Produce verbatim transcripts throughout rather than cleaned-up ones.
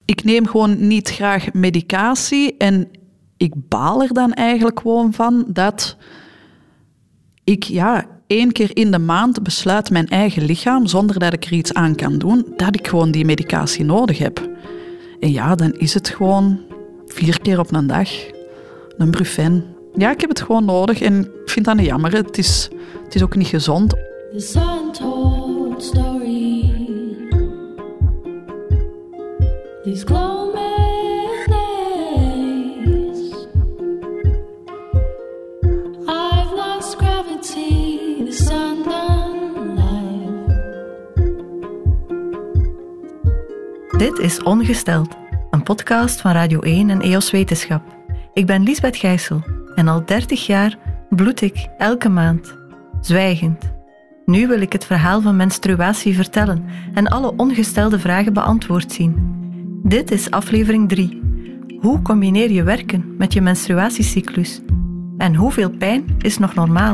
Ik neem gewoon niet graag medicatie en ik baal er dan eigenlijk gewoon van dat ik ja, één keer in de maand besluit mijn eigen lichaam, zonder dat ik er iets aan kan doen, dat ik gewoon die medicatie nodig heb. En ja, dan is het gewoon vier keer op een dag een Brufen. Ja, ik heb het gewoon nodig en ik vind dat niet jammer. Het is, het is ook niet gezond. The untold story. These glowing days. I've lost gravity, the sun done life. Dit is Ongesteld, een podcast van Radio één en E O S Wetenschap. Ik ben Liesbeth Gijssel en al dertig jaar bloed ik elke maand, zwijgend. Nu wil ik het verhaal van menstruatie vertellen en alle ongestelde vragen beantwoord zien. Dit is aflevering drie. Hoe combineer je werken met je menstruatiecyclus? En hoeveel pijn is nog normaal?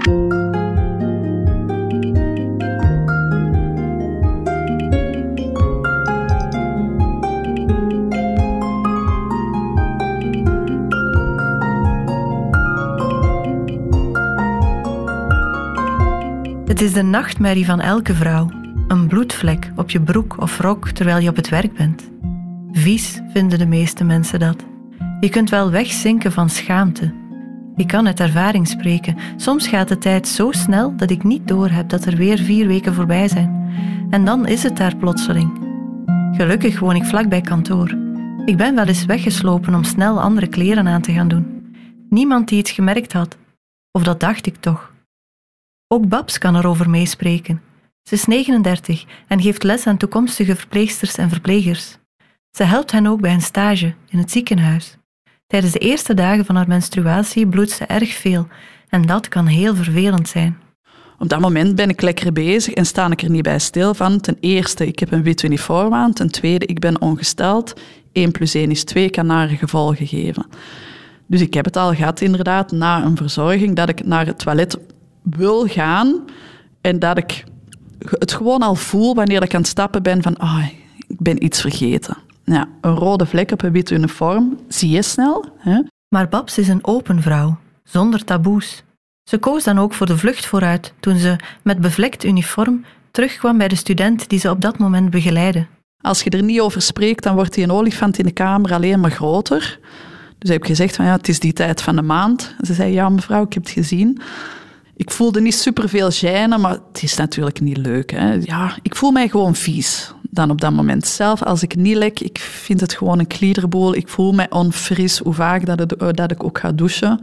Het is de nachtmerrie van elke vrouw. Een bloedvlek op je broek of rok terwijl je op het werk bent. Vies vinden de meeste mensen dat. Je kunt wel wegzinken van schaamte. Ik kan uit ervaring spreken. Soms gaat de tijd zo snel dat ik niet doorheb dat er weer vier weken voorbij zijn. En dan is het daar plotseling. Gelukkig woon ik vlakbij kantoor. Ik ben wel eens weggeslopen om snel andere kleren aan te gaan doen. Niemand die iets gemerkt had. Of dat dacht ik toch. Ook Babs kan erover meespreken. Ze is negenendertig en geeft les aan toekomstige verpleegsters en verplegers. Ze helpt hen ook bij een stage in het ziekenhuis. Tijdens de eerste dagen van haar menstruatie bloedt ze erg veel en dat kan heel vervelend zijn. Op dat moment ben ik lekker bezig en sta ik er niet bij stil van. Ten eerste, ik heb een wit uniform aan. Ten tweede, ik ben ongesteld. één plus één is twee, kan nare gevolgen geven. Dus ik heb het al gehad inderdaad, na een verzorging, dat ik naar het toilet wil gaan en dat ik het gewoon al voel wanneer ik aan het stappen ben van oh, ik ben iets vergeten. Ja, een rode vlek op een wit uniform, zie je snel. Hè? Maar Babs is een open vrouw, zonder taboes. Ze koos dan ook voor de vlucht vooruit toen ze met bevlekt uniform terugkwam bij de student die ze op dat moment begeleidde. Als je er niet over spreekt, dan wordt die een olifant in de kamer alleen maar groter. Dus heb ik gezegd van ja, het is die tijd van de maand. Ze zei ja mevrouw, ik heb het gezien. Ik voelde niet superveel gêne, maar het is natuurlijk niet leuk. Hè. Ja, ik voel mij gewoon vies dan op dat moment zelf. Als ik niet lek, ik vind het gewoon een kliederboel. Ik voel mij onfris, hoe vaak dat, het, dat ik ook ga douchen.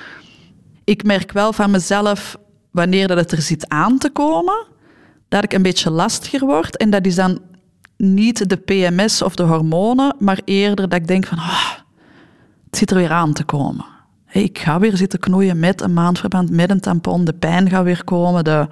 Ik merk wel van mezelf, wanneer dat het er zit aan te komen, dat ik een beetje lastiger word. En dat is dan niet de P M S of de hormonen, maar eerder dat ik denk van, oh, het zit er weer aan te komen. Hey, ik ga weer zitten knoeien met een maandverband, met een tampon. De pijn gaat weer komen. De...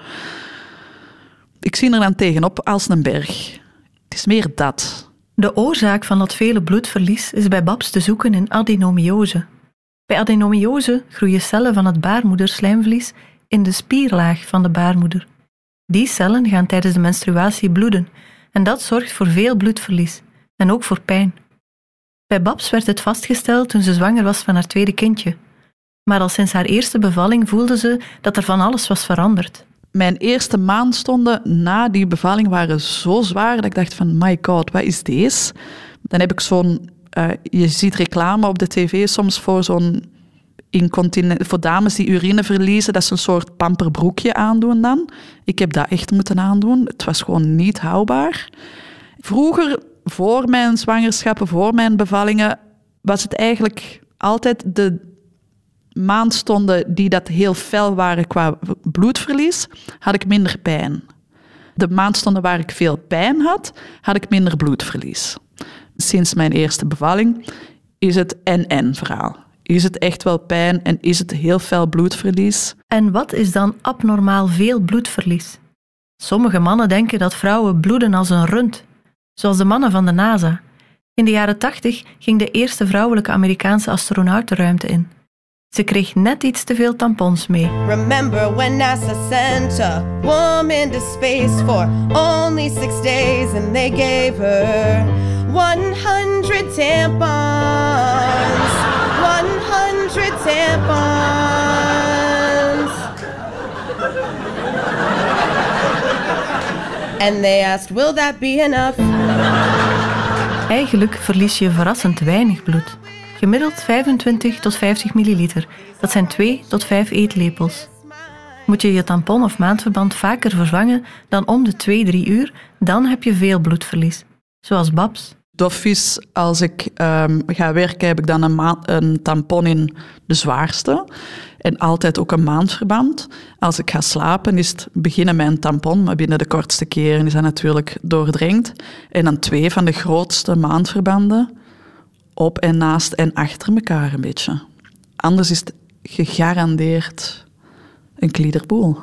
Ik zie er dan tegenop als een berg. Het is meer dat. De oorzaak van dat vele bloedverlies is bij Babs te zoeken in adenomiose. Bij adenomiose groeien cellen van het baarmoederslijmvlies in de spierlaag van de baarmoeder. Die cellen gaan tijdens de menstruatie bloeden en dat zorgt voor veel bloedverlies en ook voor pijn. Bij Babs werd het vastgesteld toen ze zwanger was van haar tweede kindje. Maar al sinds haar eerste bevalling voelde ze dat er van alles was veranderd. Mijn eerste maandstonden na die bevalling waren zo zwaar dat ik dacht van my god, wat is deze? Dan heb ik zo'n, uh, je ziet reclame op de tv soms voor zo'n incontinent, voor dames die urine verliezen, dat ze een soort pamperbroekje aandoen dan. Ik heb dat echt moeten aandoen. Het was gewoon niet houdbaar. Vroeger, voor mijn zwangerschappen, voor mijn bevallingen, was het eigenlijk altijd de maandstonden die dat heel fel waren qua bloedverlies, had ik minder pijn. De maandstonden waar ik veel pijn had, had ik minder bloedverlies. Sinds mijn eerste bevalling is het en-en verhaal. Is het echt wel pijn en is het heel fel bloedverlies? En wat is dan abnormaal veel bloedverlies? Sommige mannen denken dat vrouwen bloeden als een rund, zoals de mannen van de NASA. In de jaren tachtig ging de eerste vrouwelijke Amerikaanse astronaut de ruimte in. Ze kreeg net iets te veel tampons mee. Remember when NASA sent a woman to space for only six days and they gave her one hundred tampons. one hundred tampons. And they asked, will that be enough? Eigenlijk verlies je verrassend weinig bloed. Gemiddeld vijfentwintig tot vijftig milliliter. Dat zijn twee tot vijf eetlepels. Moet je je tampon of maandverband vaker vervangen dan om de twee drie uur, dan heb je veel bloedverlies. Zoals Babs. Dof is, als ik um, ga werken, heb ik dan een, ma- een tampon in de zwaarste. En altijd ook een maandverband. Als ik ga slapen, is het beginnen met een tampon, maar binnen de kortste keren is dat natuurlijk doordrenkt. En dan twee van de grootste maandverbanden op en naast en achter elkaar een beetje. Anders is het gegarandeerd een kliederboel.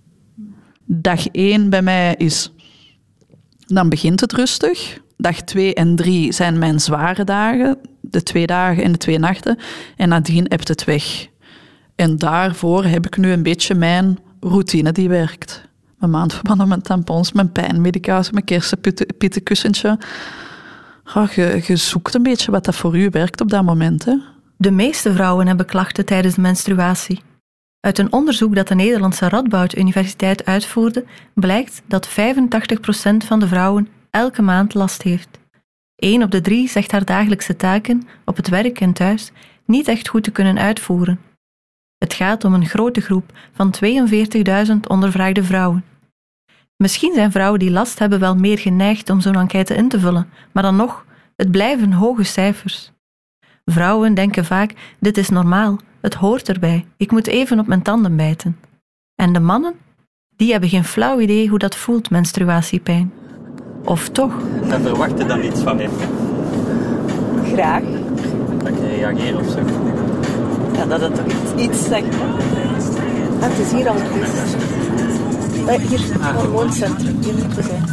Dag één bij mij is... Dan begint het rustig. Dag twee en drie zijn mijn zware dagen. De twee dagen en de twee nachten. En nadien hebt het weg. En daarvoor heb ik nu een beetje mijn routine die werkt. Mijn maandverbanden, mijn tampons, mijn pijnmedicatie, mijn kersenpittenkussentje. Oh, je, je zoekt een beetje wat dat voor u werkt op dat moment. Hè? De meeste vrouwen hebben klachten tijdens de menstruatie. Uit een onderzoek dat de Nederlandse Radboud Universiteit uitvoerde, blijkt dat vijfentachtig procent van de vrouwen elke maand last heeft. Eén op de drie zegt haar dagelijkse taken, op het werk en thuis, niet echt goed te kunnen uitvoeren. Het gaat om een grote groep van tweeënveertigduizend ondervraagde vrouwen. Misschien zijn vrouwen die last hebben wel meer geneigd om zo'n enquête in te vullen, maar dan nog, het blijven hoge cijfers. Vrouwen denken vaak, dit is normaal, het hoort erbij, ik moet even op mijn tanden bijten. En de mannen? Die hebben geen flauw idee hoe dat voelt, menstruatiepijn. Of toch? En verwacht je dan iets van mij? Graag. Dat je reageert of zo? Ja, dat het toch iets, iets zegt. Hè? Ah, het is hier al het uh, hier, het Ah, hormooncentrum. Hier moeten we zijn.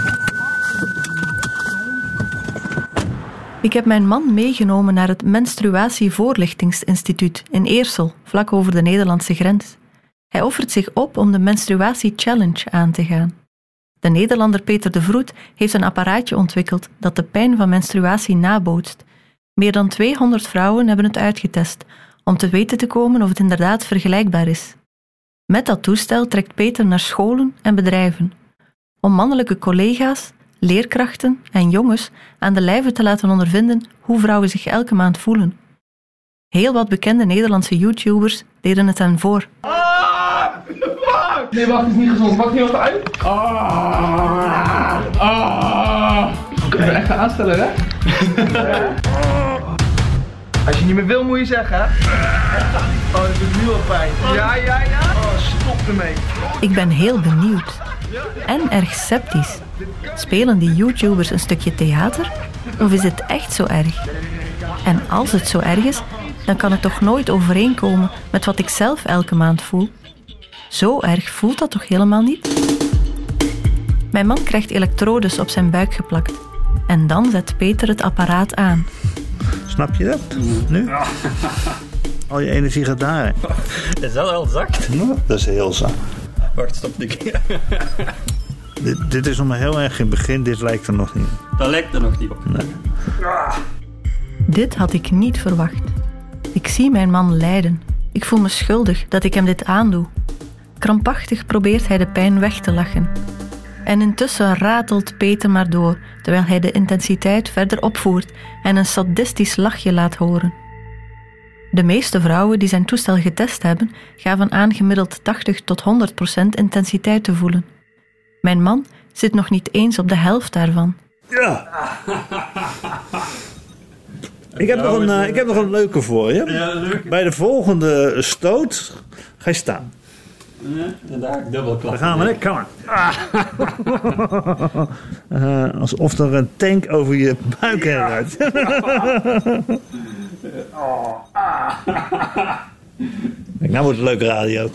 Ik heb mijn man meegenomen naar het Menstruatievoorlichtingsinstituut in Eersel, vlak over de Nederlandse grens. Hij offert zich op om de Menstruatie Challenge aan te gaan. De Nederlander Peter de Vroet heeft een apparaatje ontwikkeld dat de pijn van menstruatie nabootst. Meer dan tweehonderd vrouwen hebben het uitgetest, om te weten te komen of het inderdaad vergelijkbaar is. Met dat toestel trekt Peter naar scholen en bedrijven, om mannelijke collega's, leerkrachten en jongens aan de lijve te laten ondervinden hoe vrouwen zich elke maand voelen. Heel wat bekende Nederlandse YouTubers deden het hen voor. Nee, wacht, het is niet gezond. Mag iemand uit? Ah, ah. Kunnen we echt gaan aanstellen, hè? Als je niet meer wil, moet je zeggen, hè? Oh, dat doet nu al pijn. Ja, ja, ja. Oh, stop ermee. Ik ben heel benieuwd. En erg sceptisch. Spelen die YouTubers een stukje theater? Of is het echt zo erg? En als het zo erg is, dan kan het toch nooit overeenkomen met wat ik zelf elke maand voel? Zo erg voelt dat toch helemaal niet? Mijn man krijgt elektrodes op zijn buik geplakt. En dan zet Peter het apparaat aan. Snap je dat? Nu? Al je energie gaat daar. Is dat al zacht? Nou, dat is heel zacht. Wacht, stop een keer. Dit, dit is nog maar heel erg in het begin. Dit lijkt er nog niet op. Dat lijkt er nog niet op. Nee. Dit had ik niet verwacht. Ik zie mijn man lijden. Ik voel me schuldig dat ik hem dit aandoe. Krampachtig probeert hij de pijn weg te lachen. En intussen ratelt Peter maar door, terwijl hij de intensiteit verder opvoert en een sadistisch lachje laat horen. De meeste vrouwen die zijn toestel getest hebben, gaven aan gemiddeld tachtig tot honderd procent intensiteit te voelen. Mijn man zit nog niet eens op de helft daarvan. Ja. Ik heb, nog een, uh, ik heb nog een leuke voor je. Ja, leuk. Bij de volgende stoot ga je staan. Ja, en daar ga ik dubbel klappen. Daar gaan we, hè? Kom maar. uh, alsof er een tank over je buik heen rijdt. Kijk, nou wordt het leuk radio.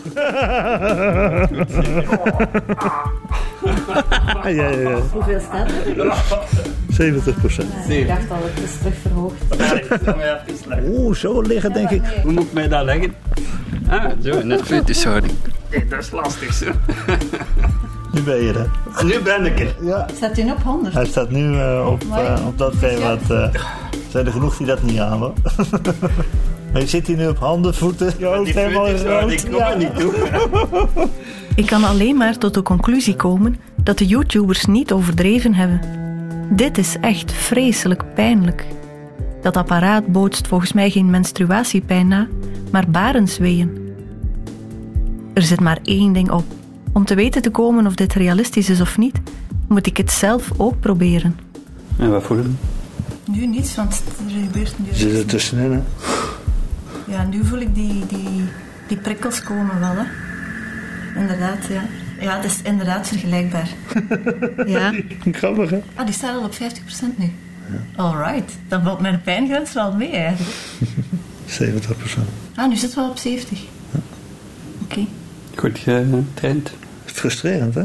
ja, ja, ja. Hoeveel staat er? zeventig procent. Ik dacht al, het is terug verhoogd. Oeh, zo liggen denk ik. Hoe moet ik mij dat leggen? Ah, zo, net fetishhouding. Nee, dat is lastig zo. Nu ben je er. En nu ben ik er. Ja. Staat u op honderd? Hij staat nu uh, op, uh, op datgene wat... Uh, zijn er genoeg die dat niet halen? Maar je zit hier nu op handen, voeten. Je hoofd helemaal rood. Ik kom er niet toe. Ik kan alleen maar tot de conclusie komen dat de YouTubers niet overdreven hebben. Dit is echt vreselijk pijnlijk. Dat apparaat bootst volgens mij geen menstruatiepijn na, maar barensweeën. Er zit maar één ding op. Om te weten te komen of dit realistisch is of niet, moet ik het zelf ook proberen. En wat voelen? Nu niets, want er gebeurt nu... Zit er tussenin, hè? Ja, nu voel ik die, die, die prikkels komen wel, hè. Inderdaad, ja. Ja, het is inderdaad vergelijkbaar. Ja. Grappig, hè? Ah, die staat al op vijftig procent nu. Ja. Alright, dan valt mijn pijngrens wel mee, eigenlijk. zeventig procent. Ah, nu zitten we al op zeventig. Ja. Oké. Okay. Goed getraind. Frustrerend, hè?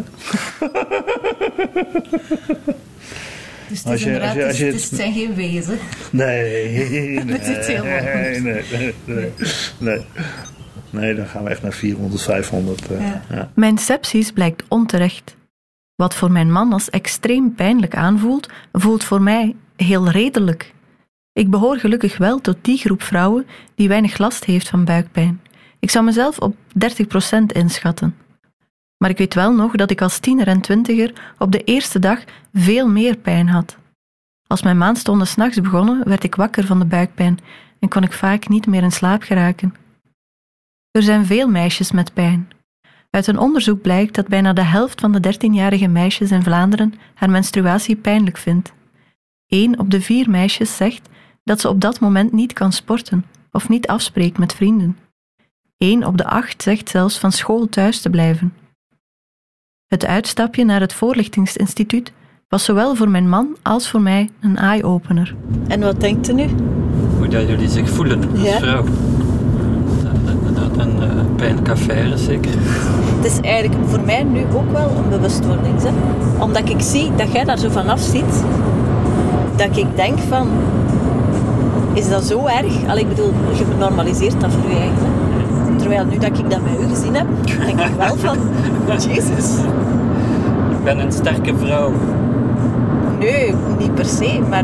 Dus het, Als is je- inderdaad, als je- als je het, het- is- het zijn geen wezen. Nee, nee, Dat is heel nee, anders. nee, nee, nee, nee. Nee, dan gaan we echt naar vierhonderd, vijfhonderd. Uh, Ja. ja. Mijn sepsis blijkt onterecht. Wat voor mijn man als extreem pijnlijk aanvoelt, voelt voor mij heel redelijk. Ik behoor gelukkig wel tot die groep vrouwen die weinig last heeft van buikpijn. Ik zou mezelf op dertig procent inschatten. Maar ik weet wel nog dat ik als tiener en twintiger op de eerste dag veel meer pijn had. Als mijn maandstonden 's nachts begonnen, werd ik wakker van de buikpijn en kon ik vaak niet meer in slaap geraken. Er zijn veel meisjes met pijn. Uit een onderzoek blijkt dat bijna de helft van de dertienjarige meisjes in Vlaanderen haar menstruatie pijnlijk vindt. Eén op de vier meisjes zegt dat ze op dat moment niet kan sporten of niet afspreekt met vrienden. Eén op de acht zegt zelfs van school thuis te blijven. Het uitstapje naar het voorlichtingsinstituut was zowel voor mijn man als voor mij een eye-opener. En wat denkt u nu? Hoe dat jullie zich voelen als Ja. vrouw. Dat is inderdaad een uh, pijnlijke affaire, zeker. Het is eigenlijk voor mij nu ook wel een bewustwording. Hè? Omdat ik zie dat jij daar zo vanaf ziet, dat ik denk van, is dat zo erg? Allee, ik bedoel, je normaliseert dat voor je eigenlijk. Terwijl nu dat ik dat bij u gezien heb, denk ik wel van, Jezus. Ik ben een sterke vrouw. Nee, niet per se, maar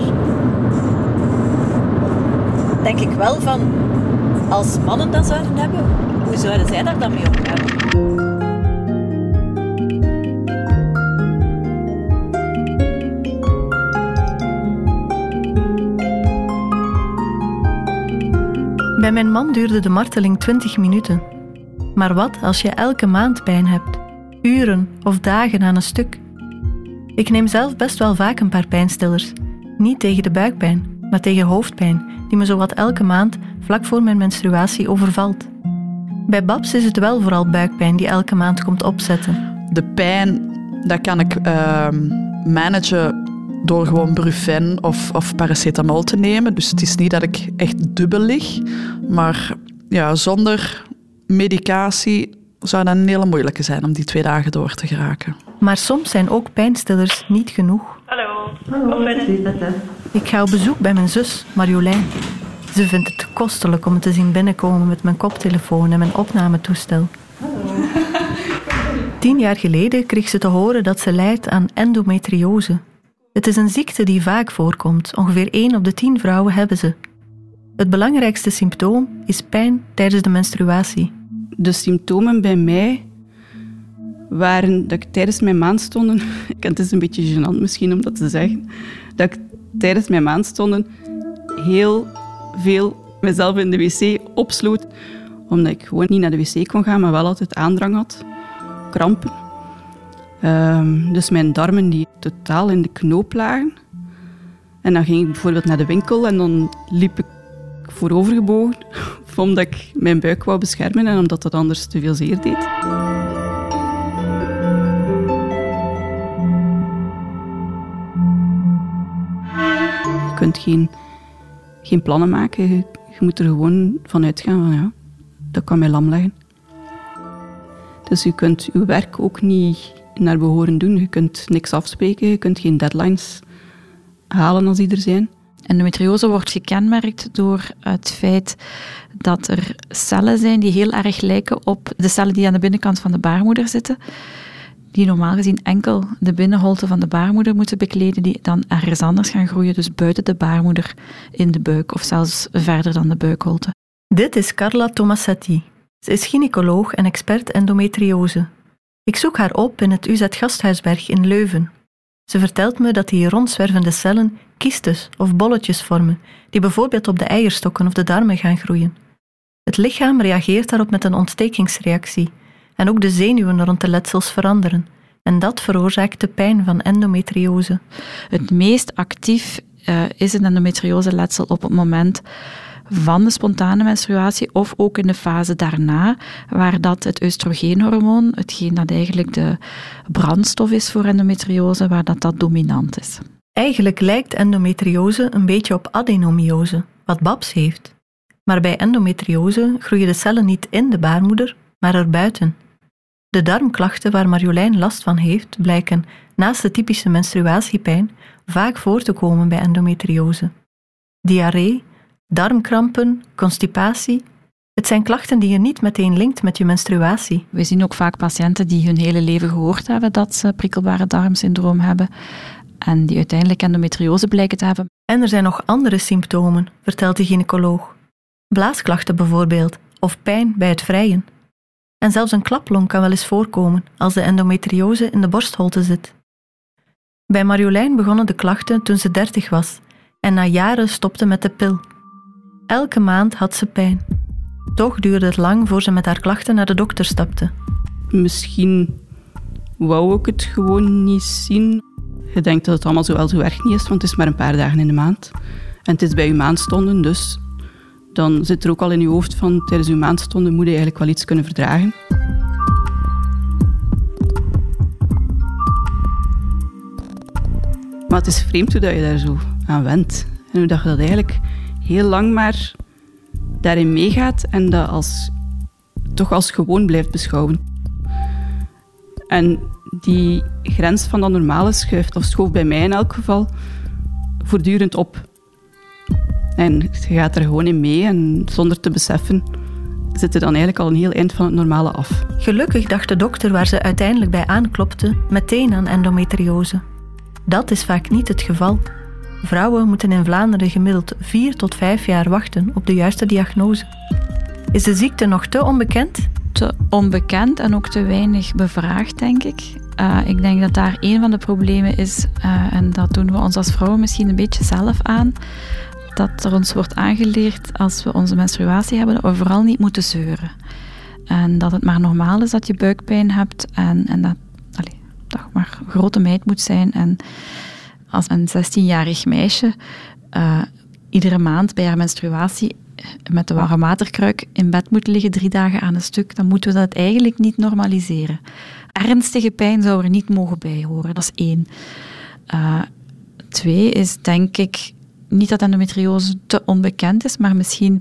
denk ik wel van, als mannen dat zouden hebben, hoe zouden zij daar dan mee omgaan? Bij mijn man duurde de marteling twintig minuten. Maar wat als je elke maand pijn hebt? Uren of dagen aan een stuk? Ik neem zelf best wel vaak een paar pijnstillers. Niet tegen de buikpijn, maar tegen hoofdpijn, die me zowat elke maand vlak voor mijn menstruatie overvalt. Bij Babs is het wel vooral buikpijn die elke maand komt opzetten. De pijn, dat kan ik uh, managen door gewoon Brufen of, of paracetamol te nemen. Dus het is niet dat ik echt dubbel lig. Maar ja, zonder medicatie zou dat een hele moeilijke zijn om die twee dagen door te geraken. Maar soms zijn ook pijnstillers niet genoeg. Hallo. Hallo. Ik ga op bezoek bij mijn zus, Marjolein. Ze vindt het kostelijk om me te zien binnenkomen met mijn koptelefoon en mijn opnametoestel. Hallo. Tien jaar geleden kreeg ze te horen dat ze lijdt aan endometriose. Het is een ziekte die vaak voorkomt. Ongeveer één op de tien vrouwen hebben ze. Het belangrijkste symptoom is pijn tijdens de menstruatie. De symptomen bij mij waren dat ik tijdens mijn maandstonden... Het is een beetje gênant misschien om dat te zeggen. Dat ik tijdens mijn maandstonden heel veel mezelf in de wc opsloot. Omdat ik gewoon niet naar de wc kon gaan, maar wel altijd aandrang had. Krampen. Um, dus mijn darmen die totaal in de knoop lagen. En dan ging ik bijvoorbeeld naar de winkel en dan liep ik voorovergebogen, omdat ik mijn buik wou beschermen en omdat dat anders te veel zeer deed. Je kunt geen, geen plannen maken, je, je moet er gewoon van uitgaan van ja, dat kan mij lam leggen. Dus je kunt je werk ook niet naar behoren doen. Je kunt niks afspreken, je kunt geen deadlines halen als die er zijn. Endometriose wordt gekenmerkt door het feit dat er cellen zijn die heel erg lijken op de cellen die aan de binnenkant van de baarmoeder zitten. die normaal gezien enkel de binnenholte van de baarmoeder moeten bekleden, die dan ergens anders gaan groeien, dus buiten de baarmoeder in de buik of zelfs verder dan de buikholte. Dit is Carla Tomassetti. Ze is gynaecoloog en expert endometriose. Ik zoek haar op in het U Z Gasthuisberg in Leuven. Ze vertelt me dat die rondzwervende cellen kiestes of bolletjes vormen, die bijvoorbeeld op de eierstokken of de darmen gaan groeien. Het lichaam reageert daarop met een ontstekingsreactie en ook de zenuwen rond de letsels veranderen. En dat veroorzaakt de pijn van endometriose. Het meest actief uh, is een endometriose-letsel op het moment van de spontane menstruatie of ook in de fase daarna, waar dat het oestrogeenhormoon, hetgeen dat eigenlijk de brandstof is voor endometriose, waar dat, dat dominant is. Eigenlijk lijkt endometriose een beetje op adenomiose, wat Babs heeft. Maar bij endometriose groeien de cellen niet in de baarmoeder, maar erbuiten. De darmklachten waar Marjolein last van heeft, blijken naast de typische menstruatiepijn vaak voor te komen bij endometriose. Diarree, darmkrampen, constipatie. Het zijn klachten die je niet meteen linkt met je menstruatie. We zien ook vaak patiënten die hun hele leven gehoord hebben dat ze prikkelbare darmsyndroom hebben en die uiteindelijk endometriose blijken te hebben. En er zijn nog andere symptomen, vertelt de gynaecoloog. Blaasklachten bijvoorbeeld, of pijn bij het vrijen. En zelfs een klaplong kan wel eens voorkomen als de endometriose in de borstholte zit. Bij Marjolein begonnen de klachten toen ze dertig was en na jaren stopte met de pil. Elke maand had ze pijn. Toch duurde het lang voor ze met haar klachten naar de dokter stapte. Misschien wou ik het gewoon niet zien. Je denkt dat het allemaal zo wel zo erg niet is, want het is maar een paar dagen in de maand. En het is bij uw maandstonden, dus dan zit er ook al in je hoofd van tijdens uw maandstonden moet je eigenlijk wel iets kunnen verdragen. Maar het is vreemd hoe dat je daar zo aan went. En hoe dat je dat eigenlijk heel lang maar daarin meegaat en dat als, toch als gewoon blijft beschouwen. En die grens van dat normale schuift, of schoof bij mij in elk geval, voortdurend op. En je gaat er gewoon in mee en zonder te beseffen zit je dan eigenlijk al een heel eind van het normale af. Gelukkig dacht de dokter waar ze uiteindelijk bij aanklopte meteen aan endometriose. Dat is vaak niet het geval. Vrouwen moeten in Vlaanderen gemiddeld vier tot vijf jaar wachten op de juiste diagnose. Is de ziekte nog te onbekend? Te onbekend en ook te weinig bevraagd, denk ik. Uh, ik denk dat daar een van de problemen is, uh, en dat doen we ons als vrouwen misschien een beetje zelf aan, dat er ons wordt aangeleerd als we onze menstruatie hebben, dat we vooral niet moeten zeuren. En dat het maar normaal is dat je buikpijn hebt en, en dat, allez, dat je maar een grote meid moet zijn. En als een zestienjarig meisje uh, iedere maand bij haar menstruatie met de warme waterkruik in bed moet liggen drie dagen aan een stuk, dan moeten we dat eigenlijk niet normaliseren. Ernstige pijn zou er niet mogen bij horen, dat is één. Uh, twee is denk ik niet dat endometriose te onbekend is, maar misschien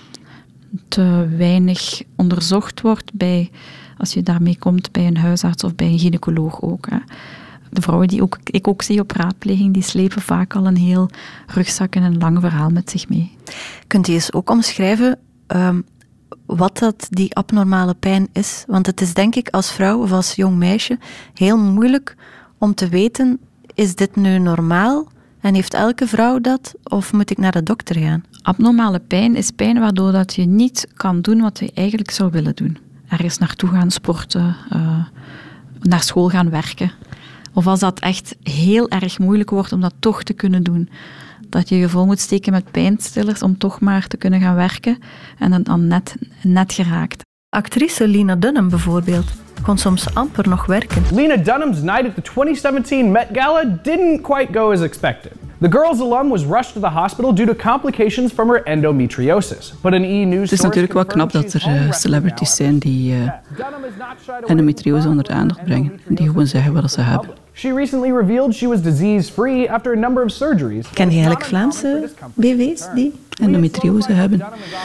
te weinig onderzocht wordt bij, als je daarmee komt bij een huisarts of bij een gynaecoloog ook. Hè. De vrouwen die ook, ik ook zie op raadpleging, die slepen vaak al een heel rugzak en een lang verhaal met zich mee. Kunt u eens ook omschrijven um, wat dat die abnormale pijn is? Want het is denk ik als vrouw of als jong meisje heel moeilijk om te weten, is dit nu normaal? En heeft elke vrouw dat? Of moet ik naar de dokter gaan? Abnormale pijn is pijn waardoor dat je niet kan doen wat je eigenlijk zou willen doen. Ergens naartoe gaan sporten, uh, naar school gaan werken. Of als dat echt heel erg moeilijk wordt om dat toch te kunnen doen. Dat je je vol moet steken met pijnstillers om toch maar te kunnen gaan werken. En dan, dan net, net geraakt. Actrice Lena Dunham bijvoorbeeld kon soms amper nog werken. Lena Dunham's night at the twenty seventeen Met Gala didn't quite go as expected. The girls alum was rushed to the hospital due to complications from her endometriosis. But an E-News Het is natuurlijk wel knap dat er uh, celebrities zijn die uh, endometriose onder de aandacht brengen. Die gewoon zeggen wat ze hebben. She recently revealed she was disease-free after a number of surgeries. Ken je eigenlijk Vlaamse B V's die endometriose hebben?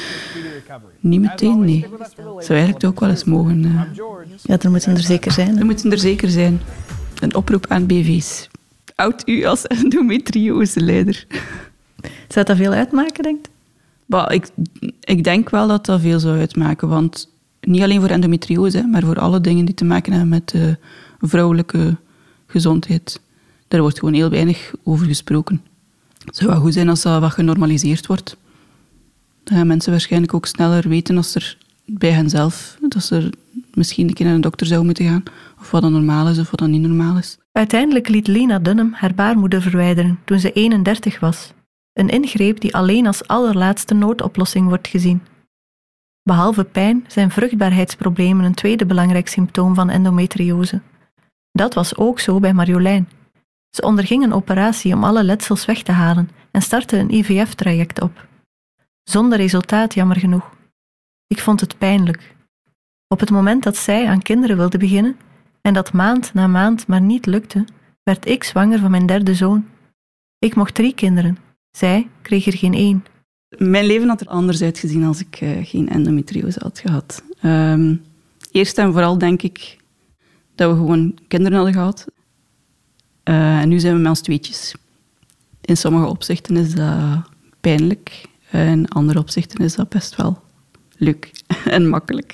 Niet meteen, nee. Zou eigenlijk toch ook wel eens mogen. Uh... Ja, er moeten er zeker zijn. Hè? Er moeten er zeker zijn. Een oproep aan B V's. Oud u als endometriose-leider. Zou dat veel uitmaken, denkt u? Bah, ik, ik denk wel dat dat veel zou uitmaken, want niet alleen voor endometriose, hè, maar voor alle dingen die te maken hebben met de vrouwelijke gezondheid. Daar wordt gewoon heel weinig over gesproken. Het zou wel goed zijn als dat wat genormaliseerd wordt. Dan gaan mensen waarschijnlijk ook sneller weten als er bij henzelf, dat ze er misschien een keer naar een dokter zou moeten gaan. Of wat dan normaal is of wat dan niet normaal is. Uiteindelijk liet Lena Dunham haar baarmoeder verwijderen toen ze eenendertig was. Een ingreep die alleen als allerlaatste noodoplossing wordt gezien. Behalve pijn zijn vruchtbaarheidsproblemen een tweede belangrijk symptoom van endometriose. Dat was ook zo bij Marjolein. Ze onderging een operatie om alle letsels weg te halen en startte een I V F-traject op. Zonder resultaat, jammer genoeg. Ik vond het pijnlijk. Op het moment dat zij aan kinderen wilde beginnen, en dat maand na maand maar niet lukte, werd ik zwanger van mijn derde zoon. Ik mocht drie kinderen. Zij kreeg er geen één. Mijn leven had er anders uitgezien als ik uh, geen endometriose had gehad. Um, eerst en vooral denk ik dat we gewoon kinderen hadden gehad. Uh, en nu zijn we met ons tweetjes. In sommige opzichten is dat pijnlijk. In andere opzichten is dat best wel leuk en makkelijk.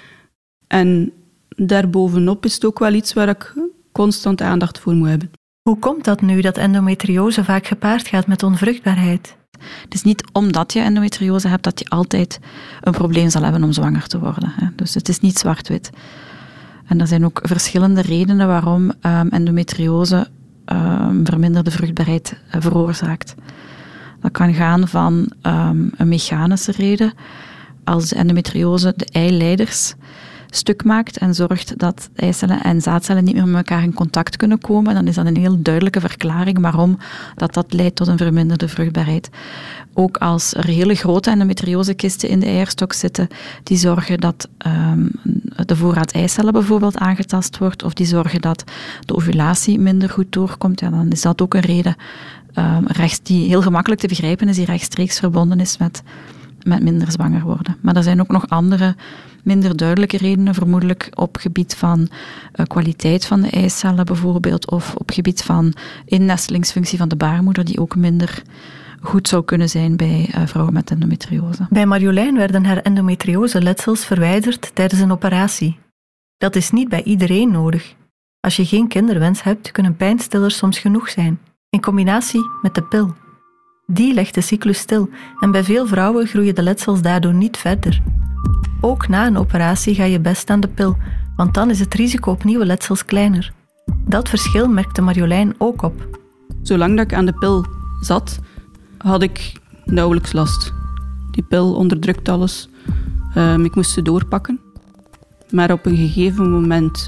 En daarbovenop is het ook wel iets waar ik constant aandacht voor moet hebben. Hoe komt dat nu dat endometriose vaak gepaard gaat met onvruchtbaarheid? Het is niet omdat je endometriose hebt dat je altijd een probleem zal hebben om zwanger te worden. Hè. Dus het is niet zwart-wit. En er zijn ook verschillende redenen waarom um, endometriose um, verminderde vruchtbaarheid uh, veroorzaakt. Dat kan gaan van um, een mechanische reden, als de endometriose de eileiders stuk maakt en zorgt dat eicellen en zaadcellen niet meer met elkaar in contact kunnen komen, dan is dat een heel duidelijke verklaring waarom dat, dat leidt tot een verminderde vruchtbaarheid. Ook als er hele grote endometriosekisten in de eierstok zitten, die zorgen dat um, de voorraad eicellen bijvoorbeeld aangetast wordt, of die zorgen dat de ovulatie minder goed doorkomt, ja, dan is dat ook een reden um, rechts, die heel gemakkelijk te begrijpen is, die rechtstreeks verbonden is met, met minder zwanger worden. Maar er zijn ook nog andere minder duidelijke redenen, vermoedelijk op gebied van uh, kwaliteit van de eicellen bijvoorbeeld, of op gebied van innestelingsfunctie van de baarmoeder, die ook minder goed zou kunnen zijn bij uh, vrouwen met endometriose. Bij Marjolein werden haar endometriose-letsels verwijderd tijdens een operatie. Dat is niet bij iedereen nodig. Als je geen kinderwens hebt, kunnen pijnstillers soms genoeg zijn, in combinatie met de pil. Die legt de cyclus stil en bij veel vrouwen groeien de letsels daardoor niet verder. Ook na een operatie ga je best aan de pil, want dan is het risico op nieuwe letsels kleiner. Dat verschil merkte Marjolein ook op. Zolang dat ik aan de pil zat, had ik nauwelijks last. Die pil onderdrukt alles. Um, ik moest ze doorpakken. Maar op een gegeven moment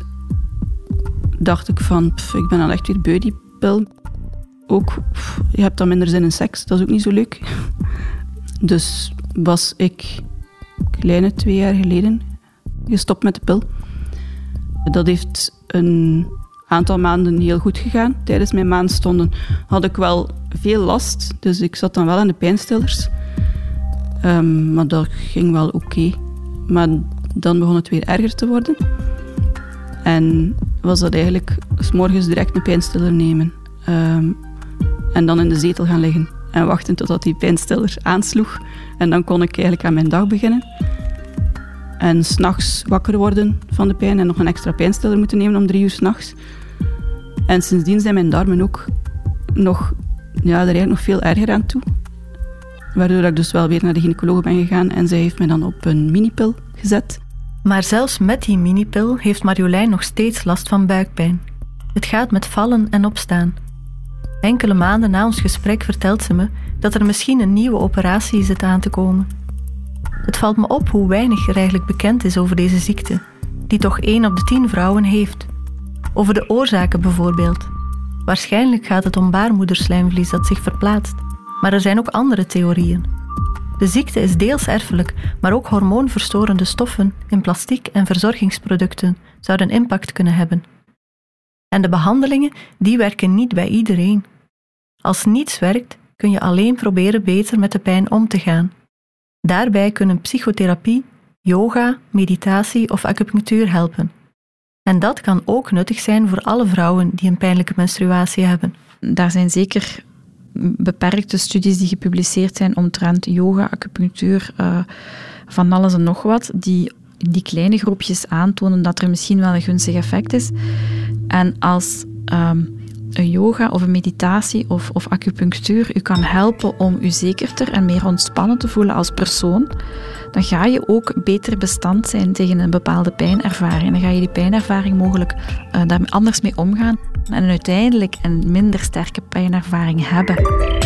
dacht ik van, pff, ik ben al echt weer beu, die pil. Ook, pff, je hebt dan minder zin in seks, dat is ook niet zo leuk. Dus was ik kleine twee jaar geleden gestopt met de pil. Dat heeft een aantal maanden heel goed gegaan. Tijdens mijn maandstonden had ik wel veel last, dus ik zat dan wel aan de pijnstillers. Um, maar dat ging wel oké. Okay. Maar dan begon het weer erger te worden. En was dat eigenlijk 's morgens direct een pijnstiller nemen. Um, en dan in de zetel gaan liggen en wachten totdat die pijnstiller aansloeg. En dan kon ik eigenlijk aan mijn dag beginnen. En 's nachts wakker worden van de pijn en nog een extra pijnstiller moeten nemen om drie uur 's nachts. En sindsdien zijn mijn darmen ook nog, ja, er eigenlijk nog veel erger aan toe. Waardoor ik dus wel weer naar de gynaecoloog ben gegaan en zij heeft mij dan op een minipil gezet. Maar zelfs met die minipil heeft Marjolein nog steeds last van buikpijn. Het gaat met vallen en opstaan. Enkele maanden na ons gesprek vertelt ze me dat er misschien een nieuwe operatie zit aan te komen. Het valt me op hoe weinig er eigenlijk bekend is over deze ziekte, die toch één op de tien vrouwen heeft. Over de oorzaken bijvoorbeeld. Waarschijnlijk gaat het om baarmoederslijmvlies dat zich verplaatst, maar er zijn ook andere theorieën. De ziekte is deels erfelijk, maar ook hormoonverstorende stoffen in plastic en verzorgingsproducten zouden impact kunnen hebben. En de behandelingen, die werken niet bij iedereen. Als niets werkt, kun je alleen proberen beter met de pijn om te gaan. Daarbij kunnen psychotherapie, yoga, meditatie of acupunctuur helpen. En dat kan ook nuttig zijn voor alle vrouwen die een pijnlijke menstruatie hebben. Daar zijn zeker beperkte studies die gepubliceerd zijn omtrent yoga, acupunctuur, uh, van alles en nog wat, die die kleine groepjes aantonen dat er misschien wel een gunstig effect is. En als um, een yoga of een meditatie of, of acupunctuur u kan helpen om u zekerder en meer ontspannen te voelen als persoon, dan ga je ook beter bestand zijn tegen een bepaalde pijnervaring. Dan ga je die pijnervaring mogelijk uh, daar anders mee omgaan en uiteindelijk een minder sterke pijnervaring hebben.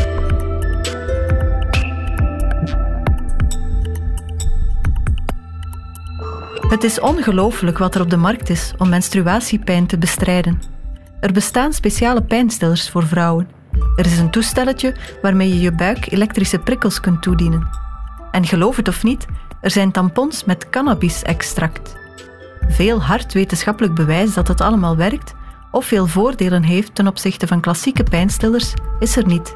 Het is ongelooflijk wat er op de markt is om menstruatiepijn te bestrijden. Er bestaan speciale pijnstillers voor vrouwen. Er is een toestelletje waarmee je je buik elektrische prikkels kunt toedienen. En geloof het of niet, er zijn tampons met cannabis-extract. Veel hard wetenschappelijk bewijs dat het allemaal werkt of veel voordelen heeft ten opzichte van klassieke pijnstillers is er niet.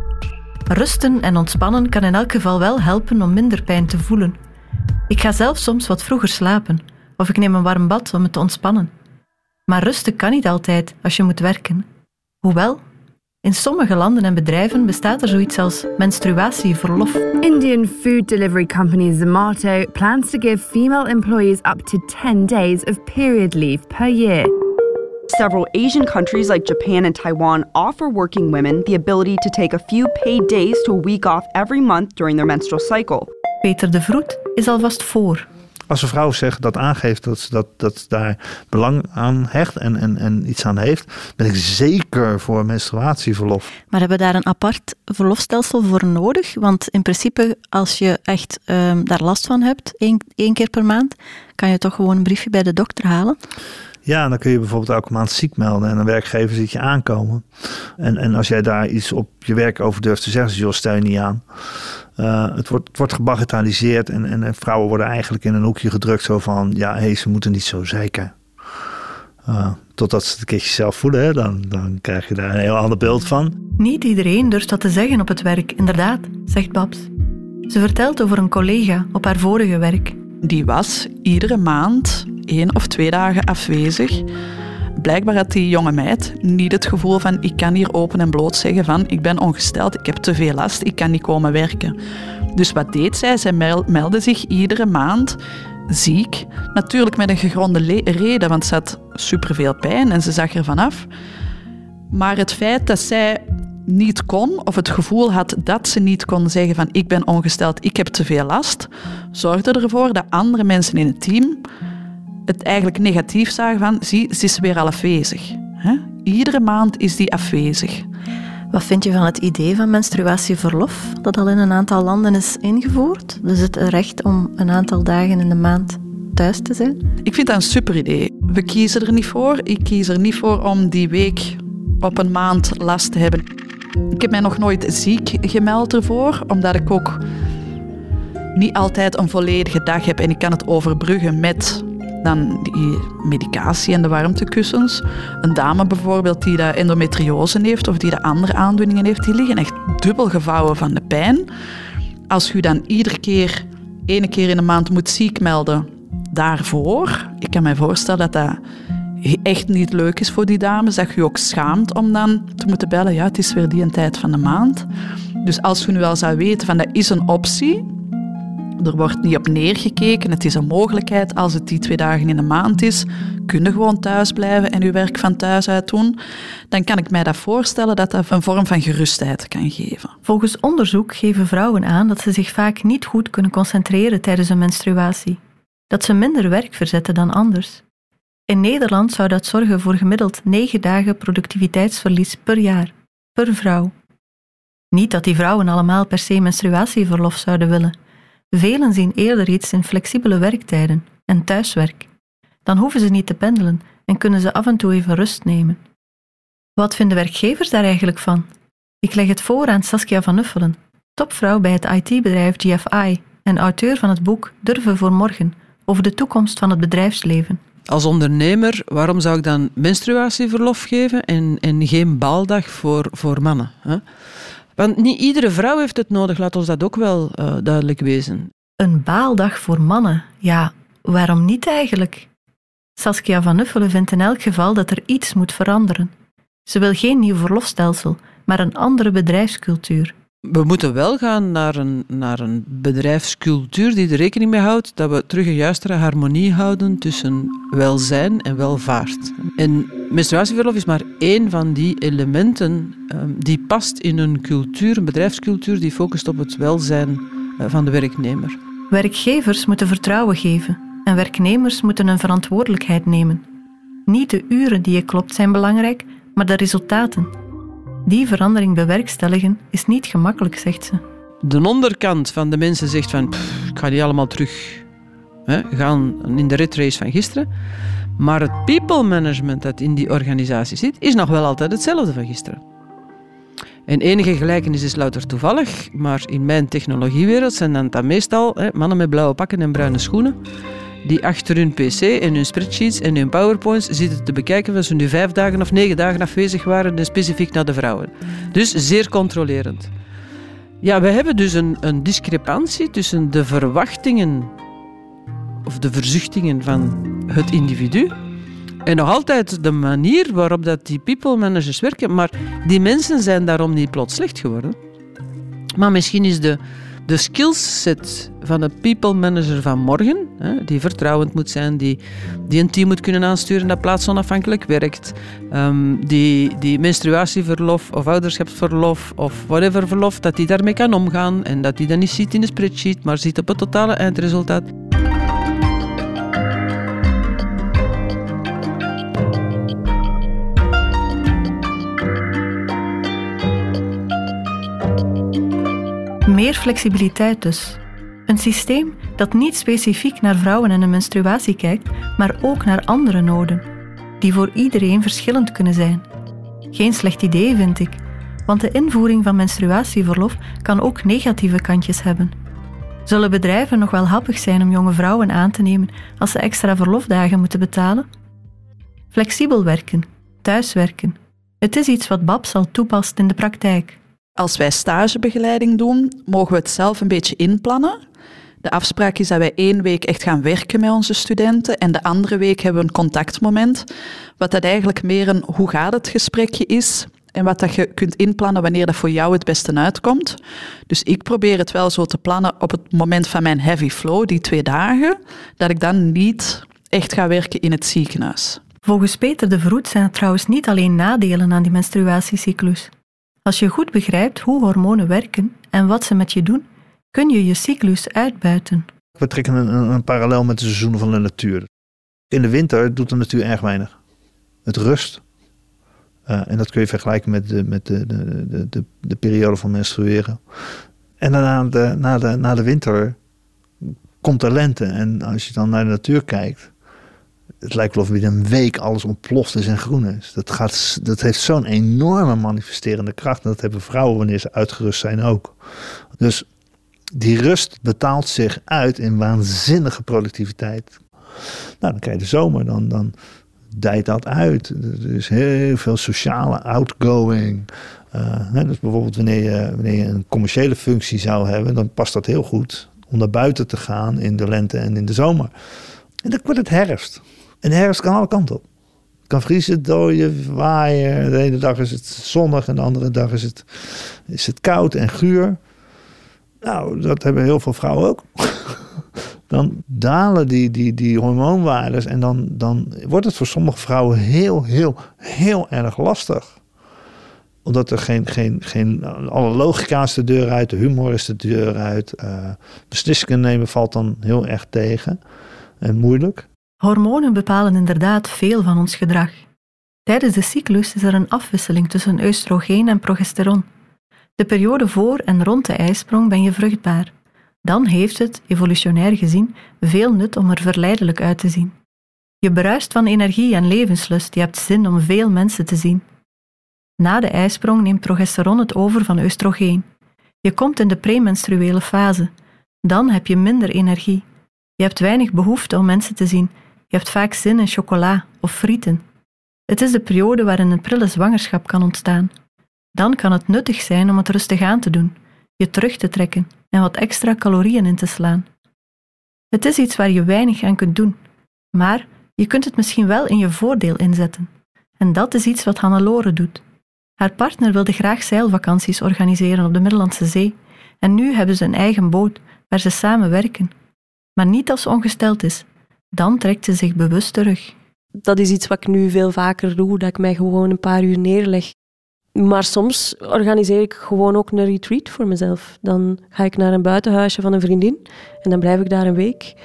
Rusten en ontspannen kan in elk geval wel helpen om minder pijn te voelen. Ik ga zelf soms wat vroeger slapen of ik neem een warm bad om me te ontspannen. Maar rusten kan niet altijd als je moet werken. Hoewel, in sommige landen en bedrijven bestaat er zoiets als menstruatieverlof. Indian food delivery company Zomato plans to give female employees up to ten days of period leave per year. Several Asian countries like Japan and Taiwan offer working women the ability to take a few paid days to a week off every month during their menstrual cycle. Peter de Vroet is alvast voor. Als een vrouw zegt dat aangeeft dat ze dat, dat daar belang aan hecht en, en, en iets aan heeft, ben ik zeker voor menstruatieverlof. Maar hebben we daar een apart verlofstelsel voor nodig? Want in principe, als je echt um, daar last van hebt, één, één keer per maand, kan je toch gewoon een briefje bij de dokter halen? Ja, dan kun je bijvoorbeeld elke maand ziek melden en een werkgever ziet je aankomen. En, en als jij daar iets op je werk over durft te zeggen, joh, stel je niet aan. Uh, het, wordt, het wordt gebagatelliseerd en, en, en vrouwen worden eigenlijk in een hoekje gedrukt zo van, ja, hé, ze moeten niet zo zeiken. Uh, totdat ze het een keertje zelf voelen, hè, dan, dan krijg je daar een heel ander beeld van. Niet iedereen durft dat te zeggen op het werk, inderdaad, zegt Babs. Ze vertelt over een collega op haar vorige werk. Die was iedere maand één of twee dagen afwezig. Blijkbaar had die jonge meid niet het gevoel van ik kan hier open en bloot zeggen van ik ben ongesteld, ik heb te veel last, ik kan niet komen werken. Dus wat deed zij? Zij meldde zich iedere maand ziek. Natuurlijk met een gegronde le- reden, want ze had superveel pijn en ze zag er vanaf. Maar het feit dat zij niet kon, of het gevoel had dat ze niet kon zeggen van ik ben ongesteld, ik heb te veel last, zorgde ervoor dat andere mensen in het team het eigenlijk negatief zagen van zie, ze is weer al afwezig. He? Iedere maand is die afwezig. Wat vind je van het idee van menstruatieverlof, dat al in een aantal landen is ingevoerd? Dus het recht om een aantal dagen in de maand thuis te zijn? Ik vind dat een super idee. We kiezen er niet voor. Ik kies er niet voor om die week op een maand last te hebben. Ik heb mij nog nooit ziek gemeld ervoor, omdat ik ook niet altijd een volledige dag heb en ik kan het overbruggen met dan die medicatie en de warmtekussens. Een dame bijvoorbeeld die de endometriose heeft of die de andere aandoeningen heeft, die liggen echt dubbel gevouwen van de pijn. Als je dan iedere keer, ene keer in de maand moet ziek melden daarvoor, ik kan mij voorstellen dat dat echt niet leuk is voor die dames, dat je je ook schaamt om dan te moeten bellen, ja, het is weer die een tijd van de maand. Dus als je nu al zou weten van dat is een optie, er wordt niet op neergekeken, het is een mogelijkheid, als het die twee dagen in de maand is, kun je gewoon thuis blijven en je werk van thuis uit doen, dan kan ik mij dat voorstellen dat dat een vorm van gerustheid kan geven. Volgens onderzoek geven vrouwen aan dat ze zich vaak niet goed kunnen concentreren tijdens een menstruatie. Dat ze minder werk verzetten dan anders. In Nederland zou dat zorgen voor gemiddeld negen dagen productiviteitsverlies per jaar, per vrouw. Niet dat die vrouwen allemaal per se menstruatieverlof zouden willen. Velen zien eerder iets in flexibele werktijden en thuiswerk. Dan hoeven ze niet te pendelen en kunnen ze af en toe even rust nemen. Wat vinden werkgevers daar eigenlijk van? Ik leg het voor aan Saskia van Uffelen, topvrouw bij het I T-bedrijf G F I en auteur van het boek Durven voor Morgen over de toekomst van het bedrijfsleven. Als ondernemer, waarom zou ik dan menstruatieverlof geven en, en geen baaldag voor, voor mannen? Hè? Want niet iedere vrouw heeft het nodig, laat ons dat ook wel uh, duidelijk wezen. Een baaldag voor mannen? Ja, waarom niet eigenlijk? Saskia van Uffelen vindt in elk geval dat er iets moet veranderen. Ze wil geen nieuw verlofstelsel, maar een andere bedrijfscultuur. We moeten wel gaan naar een, naar een bedrijfscultuur die er rekening mee houdt dat we terug een juistere harmonie houden tussen welzijn en welvaart. En menstruatieverlof is maar één van die elementen um, die past in een cultuur, een bedrijfscultuur die focust op het welzijn uh, van de werknemer. Werkgevers moeten vertrouwen geven en werknemers moeten een verantwoordelijkheid nemen. Niet de uren die je klopt zijn belangrijk, maar de resultaten. Die verandering bewerkstelligen is niet gemakkelijk, zegt ze. De onderkant van de mensen zegt van, pff, ik ga niet allemaal terug hè, gaan in de red race van gisteren. Maar het people management dat in die organisatie zit, is nog wel altijd hetzelfde van gisteren. En enige gelijkenis is louter toevallig, maar in mijn technologiewereld zijn dan, dan meestal hè, mannen met blauwe pakken en bruine schoenen die achter hun pc en hun spreadsheets en hun powerpoints zitten te bekijken of ze nu vijf dagen of negen dagen afwezig waren en specifiek naar de vrouwen. Dus zeer controlerend. Ja, we hebben dus een, een discrepantie tussen de verwachtingen of de verzuchtingen van het individu en nog altijd de manier waarop dat die people managers werken. Maar die mensen zijn daarom niet plots slecht geworden. Maar misschien is de De skillset van een people manager van morgen, hè, die vertrouwend moet zijn, die, die een team moet kunnen aansturen dat plaatsonafhankelijk werkt, um, die, die menstruatieverlof of ouderschapsverlof of whatever verlof, dat die daarmee kan omgaan en dat die dat niet ziet in de spreadsheet, maar ziet op het totale eindresultaat. Meer flexibiliteit dus. Een systeem dat niet specifiek naar vrouwen en de menstruatie kijkt, maar ook naar andere noden, die voor iedereen verschillend kunnen zijn. Geen slecht idee, vind ik, want de invoering van menstruatieverlof kan ook negatieve kantjes hebben. Zullen bedrijven nog wel happig zijn om jonge vrouwen aan te nemen als ze extra verlofdagen moeten betalen? Flexibel werken, thuiswerken. Het is iets wat Babs al toepast in de praktijk. Als wij stagebegeleiding doen, mogen we het zelf een beetje inplannen. De afspraak is dat wij één week echt gaan werken met onze studenten en de andere week hebben we een contactmoment, wat dat eigenlijk meer een hoe gaat het gesprekje is en wat dat je kunt inplannen wanneer dat voor jou het beste uitkomt. Dus ik probeer het wel zo te plannen op het moment van mijn heavy flow, die twee dagen, dat ik dan niet echt ga werken in het ziekenhuis. Volgens Peter de Vroet zijn er trouwens niet alleen nadelen aan die menstruatiecyclus. Als je goed begrijpt hoe hormonen werken en wat ze met je doen, kun je je cyclus uitbuiten. We trekken een, een, een parallel met de seizoenen van de natuur. In de winter doet de natuur erg weinig. Het rust. Uh, en dat kun je vergelijken met de, met de, de, de, de, de periode van menstrueren. En daarna de, na, de, na de winter komt de lente. En als je dan naar de natuur kijkt, het lijkt wel of binnen een week alles ontploft is en groen is. Dat, gaat, dat heeft zo'n enorme manifesterende kracht. En dat hebben vrouwen wanneer ze uitgerust zijn ook. Dus die rust betaalt zich uit in waanzinnige productiviteit. Nou, dan krijg je de zomer, dan, dan dijt dat uit. Er is heel veel sociale outgoing. Uh, hè, dus bijvoorbeeld wanneer je, wanneer je een commerciële functie zou hebben, dan past dat heel goed om naar buiten te gaan in de lente en in de zomer. En dan wordt het herfst. En de herfst kan alle kanten op. Het kan vriezen, dooien, waaien. De ene dag is het zonnig en de andere dag is het, is het koud en guur. Nou, dat hebben heel veel vrouwen ook. Dan dalen die, die, die hormoonwaardes en dan, dan wordt het voor sommige vrouwen heel, heel, heel erg lastig. Omdat er geen, geen, geen alle logica is de deur uit, de humor is de deur uit. Uh, beslissingen nemen valt dan heel erg tegen en moeilijk. Hormonen bepalen inderdaad veel van ons gedrag. Tijdens de cyclus is er een afwisseling tussen oestrogeen en progesteron. De periode voor en rond de ijsprong ben je vruchtbaar. Dan heeft het, evolutionair gezien, veel nut om er verleidelijk uit te zien. Je bruist van energie en levenslust, je hebt zin om veel mensen te zien. Na de ijsprong neemt progesteron het over van oestrogeen. Je komt in de premenstruele fase. Dan heb je minder energie. Je hebt weinig behoefte om mensen te zien. Je hebt vaak zin in chocola of frieten. Het is de periode waarin een prille zwangerschap kan ontstaan. Dan kan het nuttig zijn om het rustig aan te doen, je terug te trekken en wat extra calorieën in te slaan. Het is iets waar je weinig aan kunt doen, maar je kunt het misschien wel in je voordeel inzetten. En dat is iets wat Hannelore doet. Haar partner wilde graag zeilvakanties organiseren op de Middellandse Zee en nu hebben ze een eigen boot waar ze samen werken. Maar niet als ze ongesteld is. Dan trekt ze zich bewust terug. Dat is iets wat ik nu veel vaker doe, dat ik mij gewoon een paar uur neerleg. Maar soms organiseer ik gewoon ook een retreat voor mezelf. Dan ga ik naar een buitenhuisje van een vriendin en dan blijf ik daar een week.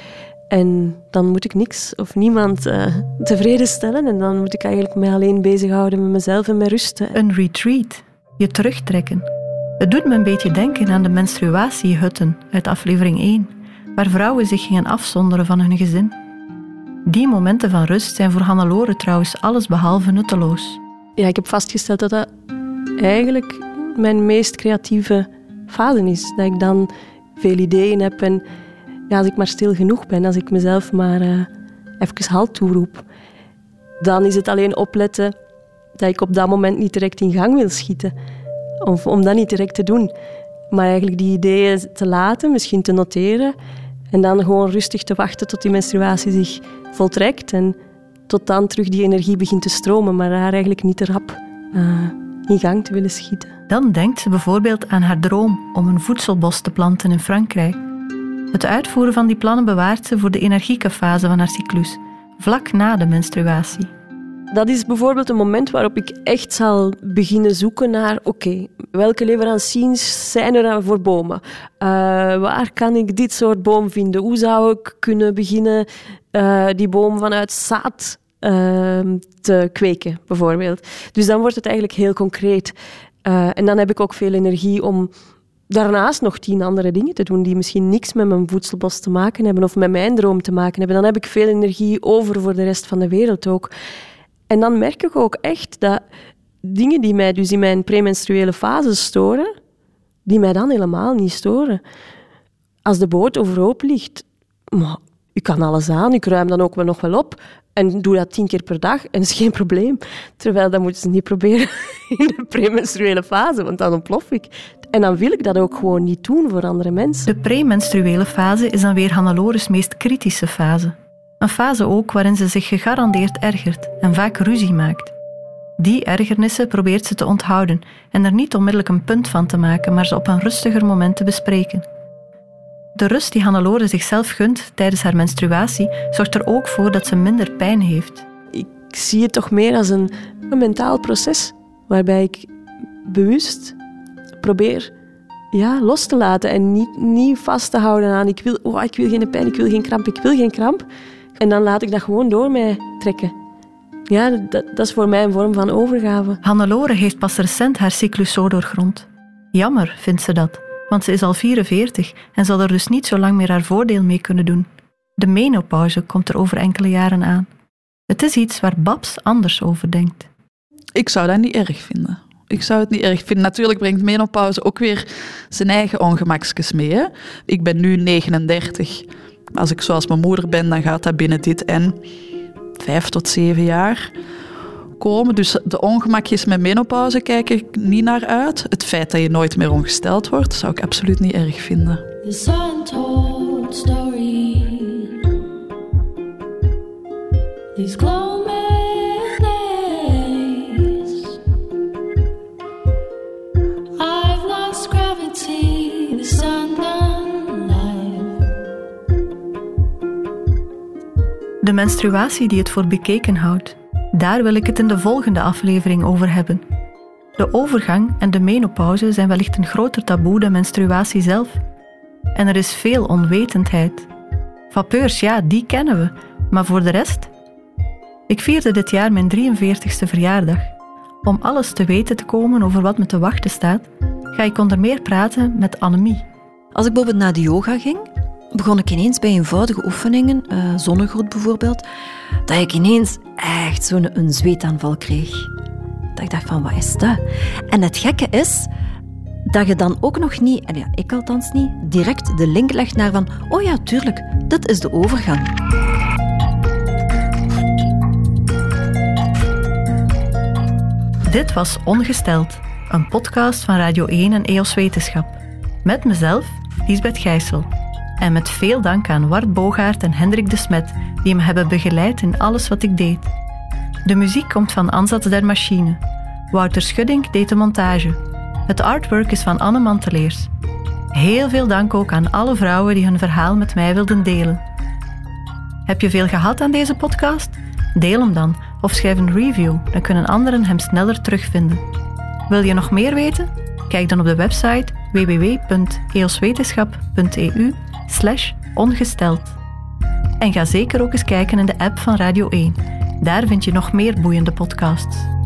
En dan moet ik niks of niemand uh, tevreden stellen en dan moet ik eigenlijk mij alleen bezighouden met mezelf en met rusten. Een retreat, je terugtrekken. Het doet me een beetje denken aan de menstruatiehutten uit aflevering één, waar vrouwen zich gingen afzonderen van hun gezin. Die momenten van rust zijn voor Hannelore trouwens allesbehalve nutteloos. Ja, ik heb vastgesteld dat dat eigenlijk mijn meest creatieve fase is. Dat ik dan veel ideeën heb en ja, als ik maar stil genoeg ben, als ik mezelf maar uh, even halt toeroep, dan is het alleen opletten dat ik op dat moment niet direct in gang wil schieten. Of om dat niet direct te doen. Maar eigenlijk die ideeën te laten, misschien te noteren en dan gewoon rustig te wachten tot die menstruatie zich voltrekt en tot dan terug die energie begint te stromen, maar haar eigenlijk niet te rap uh, in gang te willen schieten. Dan denkt ze bijvoorbeeld aan haar droom om een voedselbos te planten in Frankrijk. Het uitvoeren van die plannen bewaart ze voor de energieke fase van haar cyclus, vlak na de menstruatie. Dat is bijvoorbeeld een moment waarop ik echt zal beginnen zoeken naar oké, okay, welke leveranciers zijn er voor bomen? Uh, waar kan ik dit soort boom vinden? Hoe zou ik kunnen beginnen uh, die boom vanuit zaad uh, te kweken, bijvoorbeeld? Dus dan wordt het eigenlijk heel concreet. Uh, en dan heb ik ook veel energie om daarnaast nog tien andere dingen te doen die misschien niks met mijn voedselbos te maken hebben of met mijn droom te maken hebben. Dan heb ik veel energie over voor de rest van de wereld ook. En dan merk ik ook echt dat dingen die mij dus in mijn premenstruele fase storen, die mij dan helemaal niet storen. Als de boot overhoop ligt, maar ik kan alles aan, ik ruim dan ook wel nog wel op en doe dat tien keer per dag en dat is geen probleem. Terwijl dat moeten ze niet proberen in de premenstruele fase, want dan ontplof ik. En dan wil ik dat ook gewoon niet doen voor andere mensen. De premenstruele fase is dan weer Hannelores meest kritische fase. Een fase ook waarin ze zich gegarandeerd ergert en vaak ruzie maakt. Die ergernissen probeert ze te onthouden en er niet onmiddellijk een punt van te maken, maar ze op een rustiger moment te bespreken. De rust die Hannelore zichzelf gunt tijdens haar menstruatie zorgt er ook voor dat ze minder pijn heeft. Ik zie het toch meer als een, een mentaal proces, waarbij ik bewust probeer ja, los te laten en niet, niet vast te houden aan ik wil, oh, ik wil geen pijn, ik wil geen kramp, ik wil geen kramp. En dan laat ik dat gewoon door mij trekken. Ja, dat, dat is voor mij een vorm van overgave. Hannelore heeft pas recent haar cyclus zo doorgrond. Jammer vindt ze dat, want ze is al vierenveertig en zal er dus niet zo lang meer haar voordeel mee kunnen doen. De menopauze komt er over enkele jaren aan. Het is iets waar Babs anders over denkt. Ik zou dat niet erg vinden. Ik zou het niet erg vinden. Natuurlijk brengt menopauze ook weer zijn eigen ongemakjes mee. Hè? Ik ben nu negenendertig. Als ik zoals mijn moeder ben, dan gaat dat binnen dit en vijf tot zeven jaar komen. Dus de ongemakjes met menopauze kijk ik niet naar uit. Het feit dat je nooit meer ongesteld wordt, zou ik absoluut niet erg vinden. The untold story. These gloaming days. I've lost gravity, the sunlight. De menstruatie die het voor bekeken houdt. Daar wil ik het in de volgende aflevering over hebben. De overgang en de menopauze zijn wellicht een groter taboe dan menstruatie zelf. En er is veel onwetendheid. Vapeurs, ja, die kennen we. Maar voor de rest? Ik vierde dit jaar mijn drieënveertigste verjaardag. Om alles te weten te komen over wat me te wachten staat, ga ik onder meer praten met Annemie. Als ik bijvoorbeeld naar de yoga ging, begon ik ineens bij eenvoudige oefeningen, uh, zonnegroet bijvoorbeeld, dat ik ineens echt zo'n een zweetaanval kreeg. Dat ik dacht van, wat is dat? En het gekke is dat je dan ook nog niet, en ja, ik althans niet, direct de link legt naar van, oh ja, tuurlijk, dit is de overgang. Dit was Ongesteld, een podcast van Radio één en E O S Wetenschap. Met mezelf, Liesbeth Gijssel. En met veel dank aan Wart Bogaert en Hendrik de Smet, die me hebben begeleid in alles wat ik deed. De muziek komt van Ansatz der Machine. Wouter Schuddink deed de montage. Het artwork is van Anne Manteleers. Heel veel dank ook aan alle vrouwen die hun verhaal met mij wilden delen. Heb je veel gehad aan deze podcast? Deel hem dan of schrijf een review, dan kunnen anderen hem sneller terugvinden. Wil je nog meer weten? Kijk dan op de website w w w punt eoswetenschap punt e u slash ongesteld. En ga zeker ook eens kijken in de app van Radio één. Daar vind je nog meer boeiende podcasts.